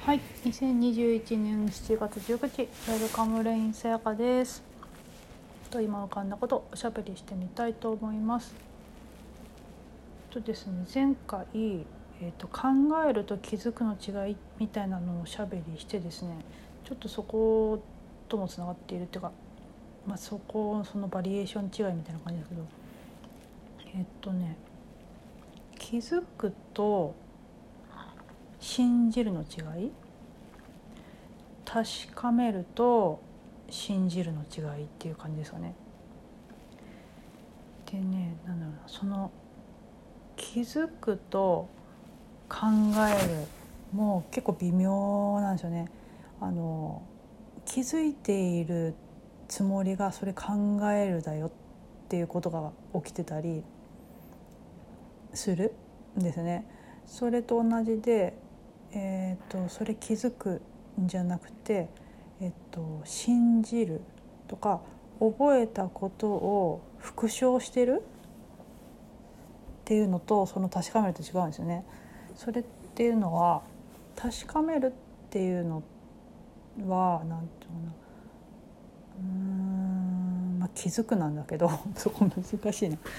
はい、2021年7月19日、ウェルカムレインさやかです。今浮かんだことをおしゃべりしてみたいと思います。ですね、前回、考えると気づくの違いみたいなのをおしゃべりしてですね、ちょっとそこともつながっているっていうか、そのバリエーション違いみたいな感じですけど、気づくと信じるの違い、確かめると信じるの違いっていう感じですかね。でね、その気づくと考えるもう結構微妙なんですよね。気づいているつもりがそれ考えるだよっていうことが起きてたりするんですね。それと同じで、それ気づくんじゃなくて、信じるとか覚えたことを復唱してるっていうのとその確かめると違うんですよね。それっていうのは確かめるっていうのはなんていうのかな、気づくなんだけどそこ難しいな。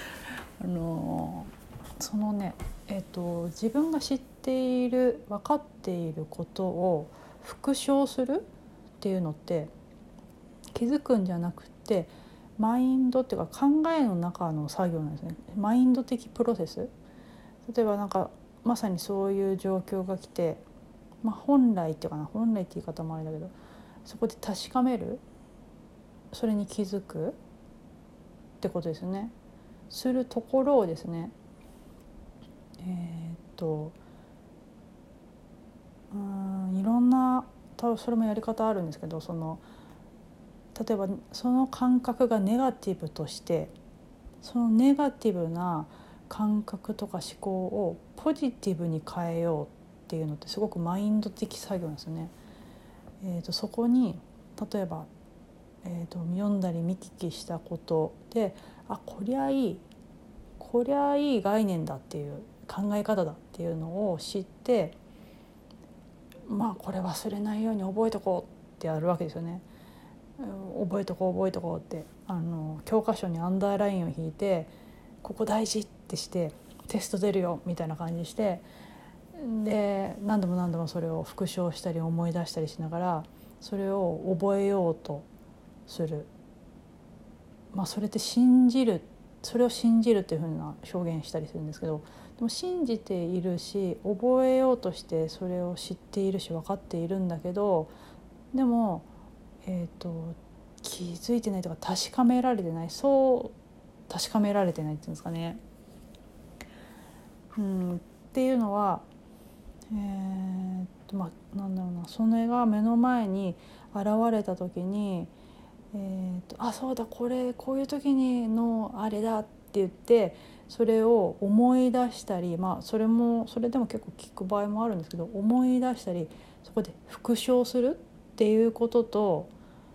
そのね、自分が知っている分かっていることを復唱するっていうのって気づくんじゃなくてマインドっていうか考えの中の作業なんですね。マインド的プロセス。例えばまさにそういう状況が来て、本来っていうかな、本来って言い方もあれだけど、そこで確かめる、それに気づくってことですね。するところをですね、いろんなそれもやり方あるんですけど、例えばその感覚がネガティブとしてそのネガティブな感覚とか思考をポジティブに変えようっていうのってすごくマインド的作業なんですよね。そこに例えば、読んだり見聞きしたことでこりゃいい概念だっていう考え方だっていうのを知って、これ忘れないように覚えとこうってやるわけですよね。覚えとこうって教科書にアンダーラインを引いてここ大事ってしてテスト出るよみたいな感じにして、で何度もそれを復唱したり思い出したりしながらそれを覚えようとする、それってそれを信じるっていう風な表現したりするんですけど、でも信じているし覚えようとしてそれを知っているし分かっているんだけど、でも気づいてないとか確かめられてない、確かめられてないっていうんですかね。っていうのは、なんだろうな、それが目の前に現れた時に、そうだこういう時にのあれだって言ってそれを思い出したり、それでも結構聞く場合もあるんですけど、思い出したりそこで復唱するっていうことと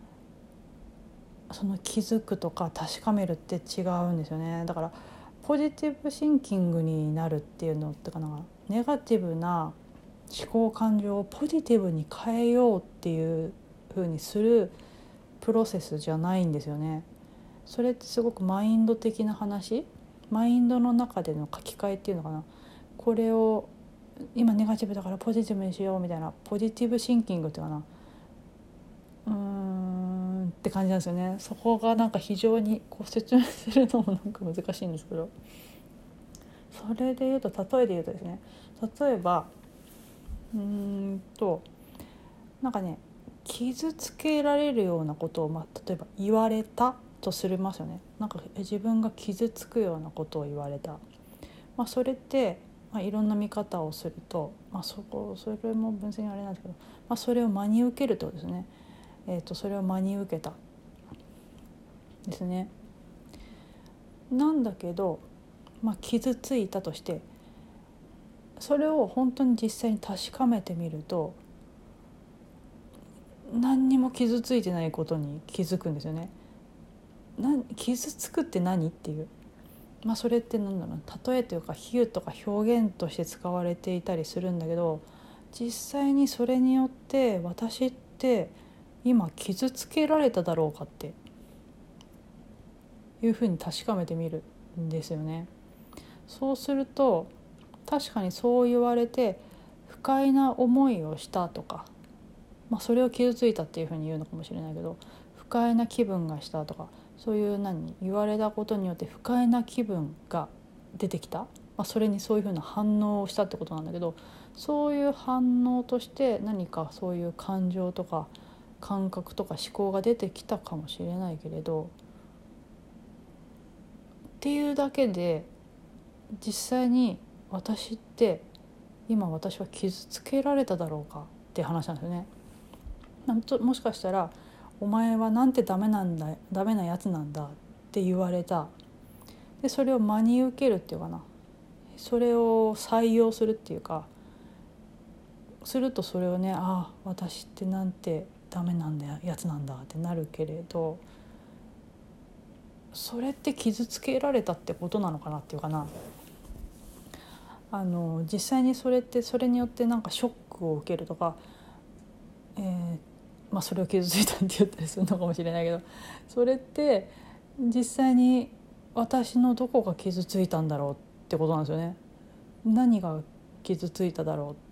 その気づくとか確かめるって違うんですよね。だからポジティブシンキングになるっていうのってかな、ネガティブな思考感情をポジティブに変えようっていう風にするプロセスじゃないんですよね。それってすごくマインド的な話、マインドの中での書き換えっていうのかな、これを今ネガティブだからポジティブにしようみたいなポジティブシンキングっていうかな、って感じなんですよね。そこが非常に説明するのも難しいんですけど、それで言うと例えで言うとですね、例えば傷つけられるようなことを、例えば言われたとしますよね。自分が傷つくようなことを言われた、それって、いろんな見方をすると、それも分析にあれなんですけど、それを真に受けるってことですね。それを真に受けたですね。なんだけど、傷ついたとしてそれを本当に実際に確かめてみると何にも傷ついてないことに気づくんですよね。傷つくって何っていう、それって例えというか比喩とか表現として使われていたりするんだけど、 実際にそれによって私って今傷つけられただろうかっていうふうに確かめてみるんですよね。そうすると確かにそう言われて不快な思いをしたとか、それを傷ついたっていうふうに言うのかもしれないけど、不快な気分がしたとか、そういう言われたことによって不快な気分が出てきた、それにそういうふうな反応をしたってことなんだけど、そういう反応として何かそういう感情とか感覚とか思考が出てきたかもしれないけれど、っていうだけで実際に私って今私は傷つけられただろうかって話なんですよね。もしかしたらお前はなんてダメなやつなんだって言われた。でそれを真に受けるっていうかな、それを採用するっていうか、するとそれをね、私ってなんてダメなんだやつなんだってなるけれど、それって傷つけられたってことなのかなっていうかな。実際にそれによってなんかショックを受けるとか、それを傷ついたって言ったりするのかもしれないけど、それって実際に私のどこが傷ついたんだろうってことなんですよね。何が傷ついただろうって、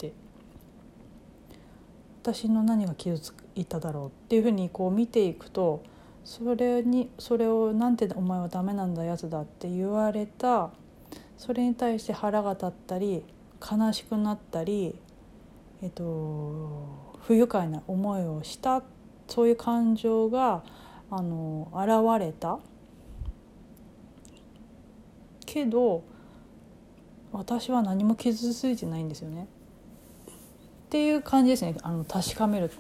私の何が傷ついただろうっていうふうにこう見ていくと、それをなんてお前はダメなんだやつだって言われた、それに対して腹が立ったり悲しくなったり、不愉快な思いをした、そういう感情が現れたけど、私は何も傷ついてないんですよねっていう感じですね。確かめるって。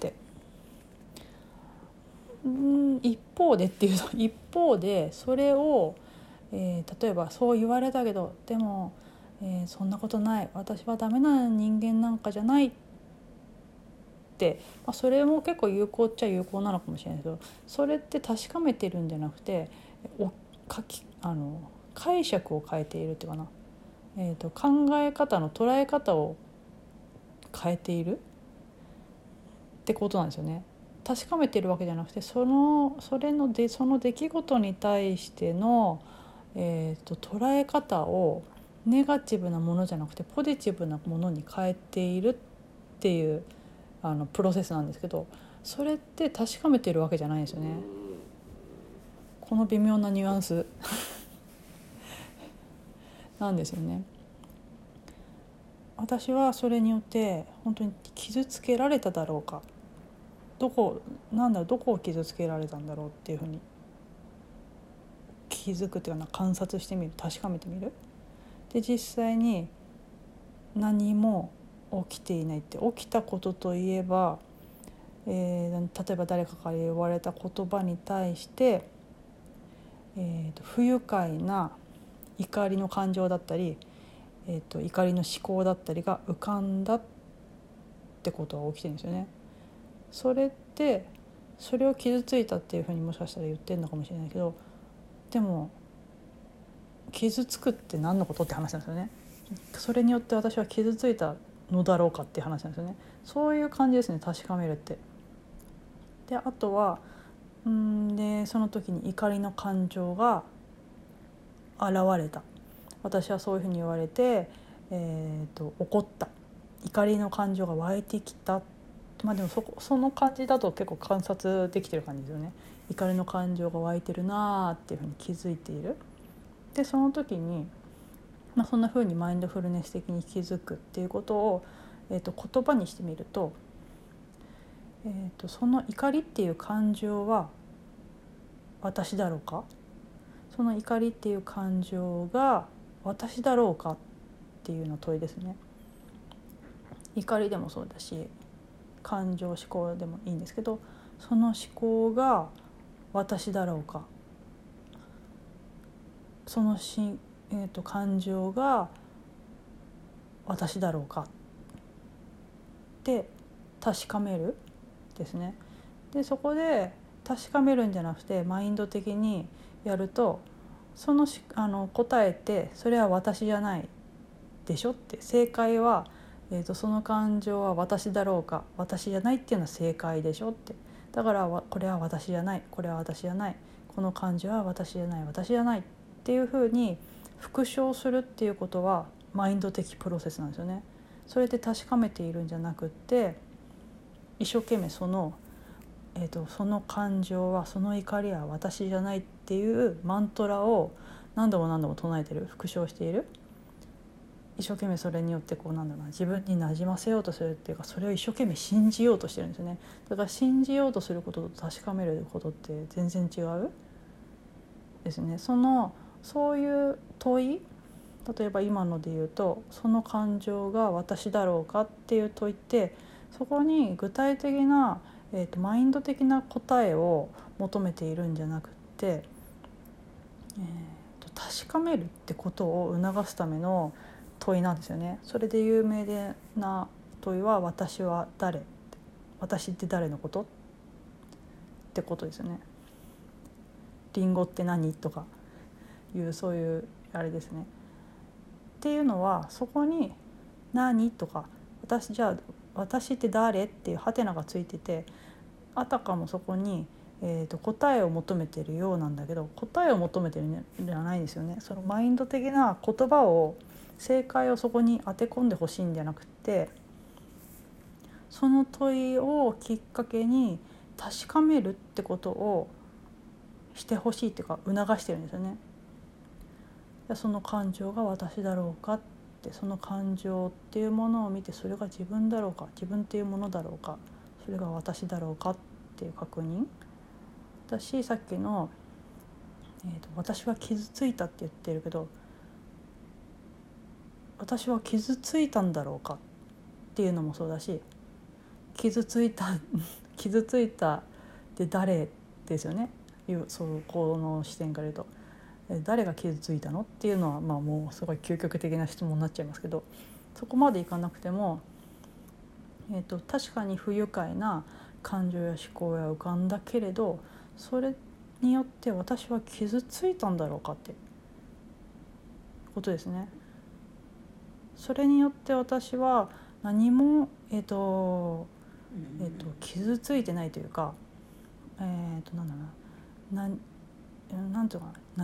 一方でっていうと、一方でそれを、例えばそう言われたけど、でも、そんなことない、私はダメな人間なんかじゃないって、それも結構有効っちゃ有効なのかもしれないけど、それって確かめてるんじゃなくて解釈を変えているっていうかな、考え方の捉え方を変えているってことなんですよね。確かめてるわけじゃなくて、その出来事に対しての、捉え方をネガティブなものじゃなくてポジティブなものに変えているっていうプロセスなんですけど、それって確かめてるわけじゃないんですよね。この微妙なニュアンスなんですよね。私はそれによって本当に傷つけられただろうか、どこを傷つけられたんだろうっていうふうに気づくっていうかな、観察してみる、確かめてみる。で実際に何も起きていないって、起きたことといえば、例えば誰かから言われた言葉に対して、不愉快な怒りの感情だったり、怒りの思考だったりが浮かんだってことが起きてるんですよね。それってそれを傷ついたっていうふうにもしかしたら言ってるのかもしれないけど、でも傷つくって何のことって話なんですよね。それによって私は傷ついたのだろうかっていう話なんですよね。そういう感じですね、確かめるって。であとはでその時に怒りの感情が現れた、私はそういうふうに言われて、怒った、怒りの感情が湧いてきた。でもその感じだと結構観察できてる感じですよね。怒りの感情が湧いてるなっていうふうに気づいている。でその時に、そんなふうにマインドフルネス的に気づくっていうことを、言葉にしてみると、その怒りっていう感情は私だろうか、その怒りっていう感情が私だろうかっていうの問いですね。怒りでもそうだし感情思考でもいいんですけど、その思考が私だろうか、その感情が私だろうかって確かめるですね。でそこで確かめるんじゃなくてマインド的にやると、その答えってそれは私じゃないでしょって、正解は、 その感情は私だろうか私じゃないっていうのは正解でしょって。だからこれは私じゃないこれは私じゃないこの感情は私じゃない私じゃないっていうふうに復唱するっていうことはマインド的プロセスなんですよね。それで確かめているんじゃなくって一生懸命その感情はその怒りは私じゃないっていうマントラを何度も何度も唱えてる復唱している。一生懸命それによって自分になじませようとするっていうかそれを一生懸命信じようとしてるんですよね。だから信じようとすることと確かめることって全然違うですね。そういう問い、例えば今ので言うとその感情が私だろうかっていう問いってそこに具体的な、マインド的な答えを求めているんじゃなくって、確かめるってことを促すための問いなんですよね。それで有名な問いは私は誰、私って誰のことってことですよね。リンゴって何とかいうそういうあれですね。っていうのはそこに何とかじゃあ私って誰っていうハテナがついててあたかもそこに、答えを求めてるようなんだけど答えを求めてるんじゃないんですよね。そのマインド的な言葉を正解をそこに当て込んでほしいんじゃなくてその問いをきっかけに確かめるってことをしてほしいっていうか促してるんですよね。その感情が私だろうかってその感情っていうものを見てそれが自分だろうか自分っていうものだろうかそれが私だろうかっていう確認だしさっきの、私は傷ついたって言ってるけど私は傷ついたんだろうかっていうのもそうだし傷ついたって誰ですよね。この視点から言うと誰が傷ついたのっていうのはもうすごい究極的な質問になっちゃいますけどそこまでいかなくても、確かに不愉快な感情や思考や浮かんだけれどそれによって私は傷ついたんだろうかってことですね。それによって私は何も、傷ついてないというか、なんだろうななんていうかな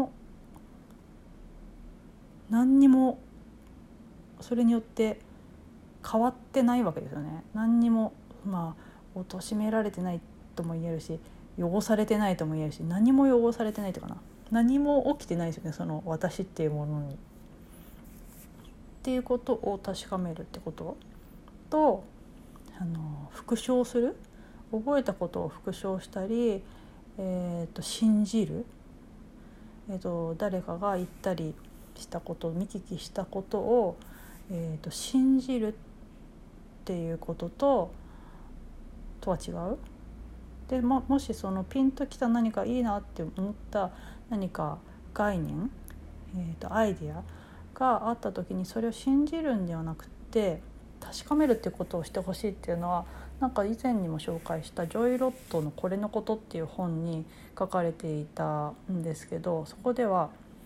何にもそれによって変わってないわけですよね。何にも貶められてないとも言えるし汚されてないとも言えるし何も汚されてないというかな何も起きてないですよねその私っていうものに。っていうことを確かめるってことと復唱する覚えたことを復唱したり、信じる、誰かが言ったりしたこと見聞きしたことを、信じるっていうこととは違う。でもしそのピンときた何かいいなって思った何か概念、アイデアがあった時にそれを信じるんではなくて確かめるっていうことをしてほしいっていうのは以前にも紹介したジョイ・ロットのこれのことっていう本に書かれていたんですけどそこでは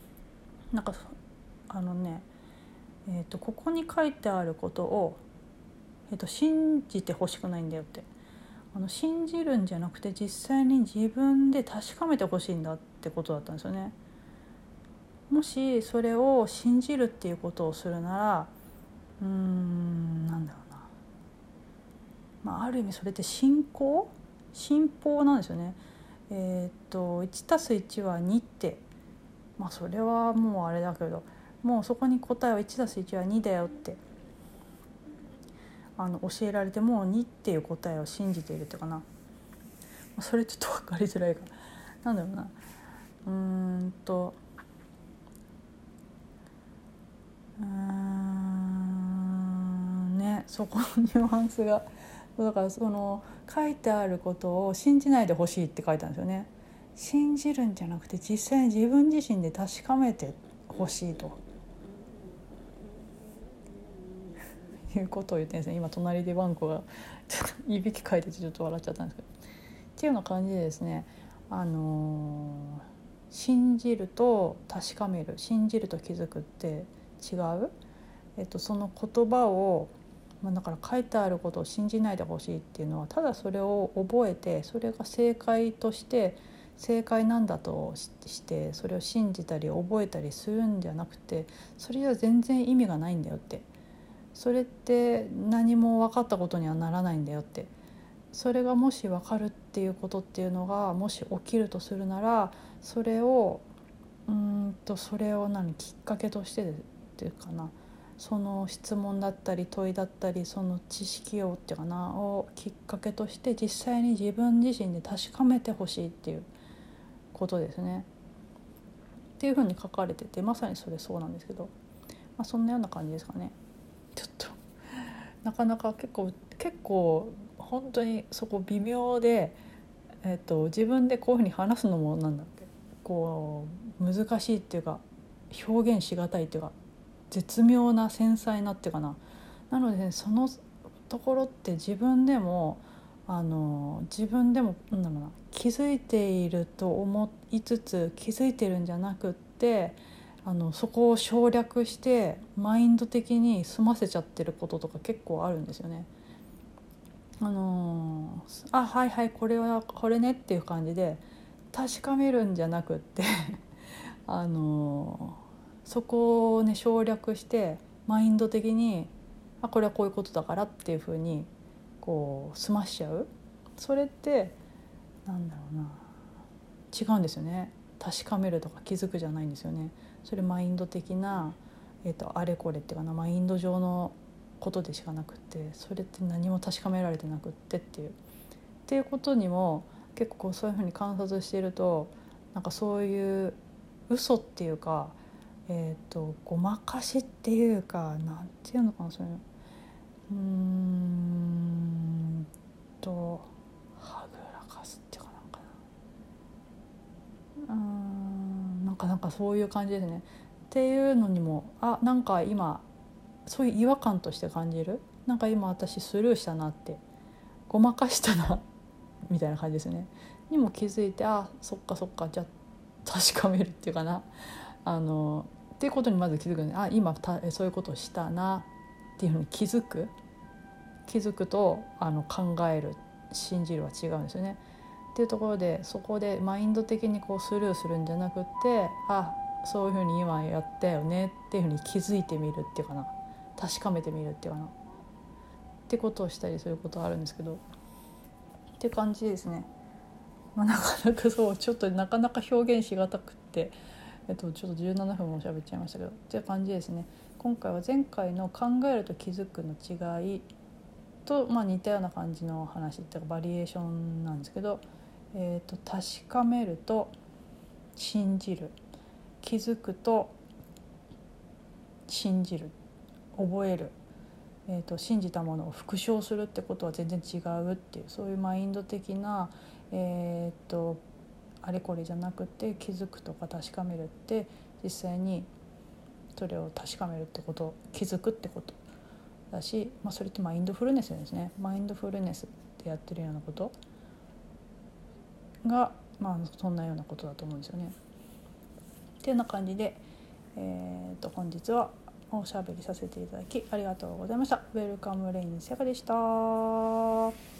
ここに書いてあることを、信じてほしくないんだよって信じるんじゃなくて実際に自分で確かめてほしいんだってことだったんですよね。もしそれを信じるっていうことをするならなんだろうな、ある意味それって信仰なんですよね。1+1 は2ってそれはもうあれだけどもうそこに答えは 1+1 は2だよって教えられてもう2っていう答えを信じているっていうかな。それちょっと分かりづらいからなんだろうなそこのニュアンスがだからその書いてあることを信じないでほしいって書いてあるんですよね。信じるんじゃなくて実際に自分自身で確かめてほしいということを言ってるんですね。今隣でワンコがちょっといびきかいててちょっと笑っちゃったんですけどっていうような感じでですね、信じると確かめる信じると気づくって違う、その言葉をだから書いてあることを信じないでほしいっていうのは、ただそれを覚えてそれが正解として正解なんだとしてそれを信じたり覚えたりするんじゃなくて、それじゃ全然意味がないんだよって、それって何も分かったことにはならないんだよって、それがもし分かるっていうことっていうのがもし起きるとするなら、それをきっかけとしてっていうかな、その質問だったり問いだったりその知識をっていうかなをきっかけとして実際に自分自身で確かめてほしいっていうことですね。っていうふうに書かれてて、まさにそれそうなんですけど、そんなような感じですかね。ちょっとなかなか結構本当にそこ微妙で、自分でこういうふうに話すのもこう難しいっていうか表現しがたいっていうか絶妙な繊細なっていうかな。なので、ね、そのところって自分でも気づいていると思いつつ気づいてるんじゃなくって、そこを省略してマインド的に済ませちゃってることとか結構あるんですよね。はいはいこれねっていう感じで確かめるんじゃなくってそこをね省略してマインド的にこれはこういうことだからっていうふうにこう済ましちゃう。それって違うんですよね。確かめるとか気づくじゃないんですよね。それマインド的な、あれこれっていうかな、マインド上のことでしかなくって、それって何も確かめられてなくってっていうことにも結構そういうふうに観察していると、そういう嘘っていうか、ごまかしっていうかなんていうのかな、そういうのはぐらかすっていうかそういう感じですね。っていうのにも今そういう違和感として感じる。今私スルーしたなってごまかしたなみたいな感じですね。にも気づいてそっかじゃあ確かめるっていうかなっていうことにまず気づくね。今そういうことをしたなっていうふうに気づくと考える信じるは違うんですよね。っていうところでそこでマインド的にこうスルーするんじゃなくってそういうふうに今やったよねっていうふうに気づいてみるっていうかな、確かめてみるっていうかなってことをしたりすることはあるんですけど、っていう感じですね。なかなかちょっとなかなか表現しがたくって、ちょっと17分も喋っちゃいましたけどっていう感じですね。今回は前回の考えると気づくの違いと、似たような感じの話っていうかバリエーションなんですけど、確かめると信じる、気づくと信じる、覚える、信じたものを復唱するってことは全然違うっていう、そういうマインド的な、あれこれじゃなくて気づくとか確かめるって実際にそれを確かめるってこと、気づくってことだし、それってマインドフルネスですね。マインドフルネスってやってるようなことがそんなようなことだと思うんですよね。っていうような感じで、本日はおしゃべりさせていただきありがとうございました。ウェルカムレインセカでした。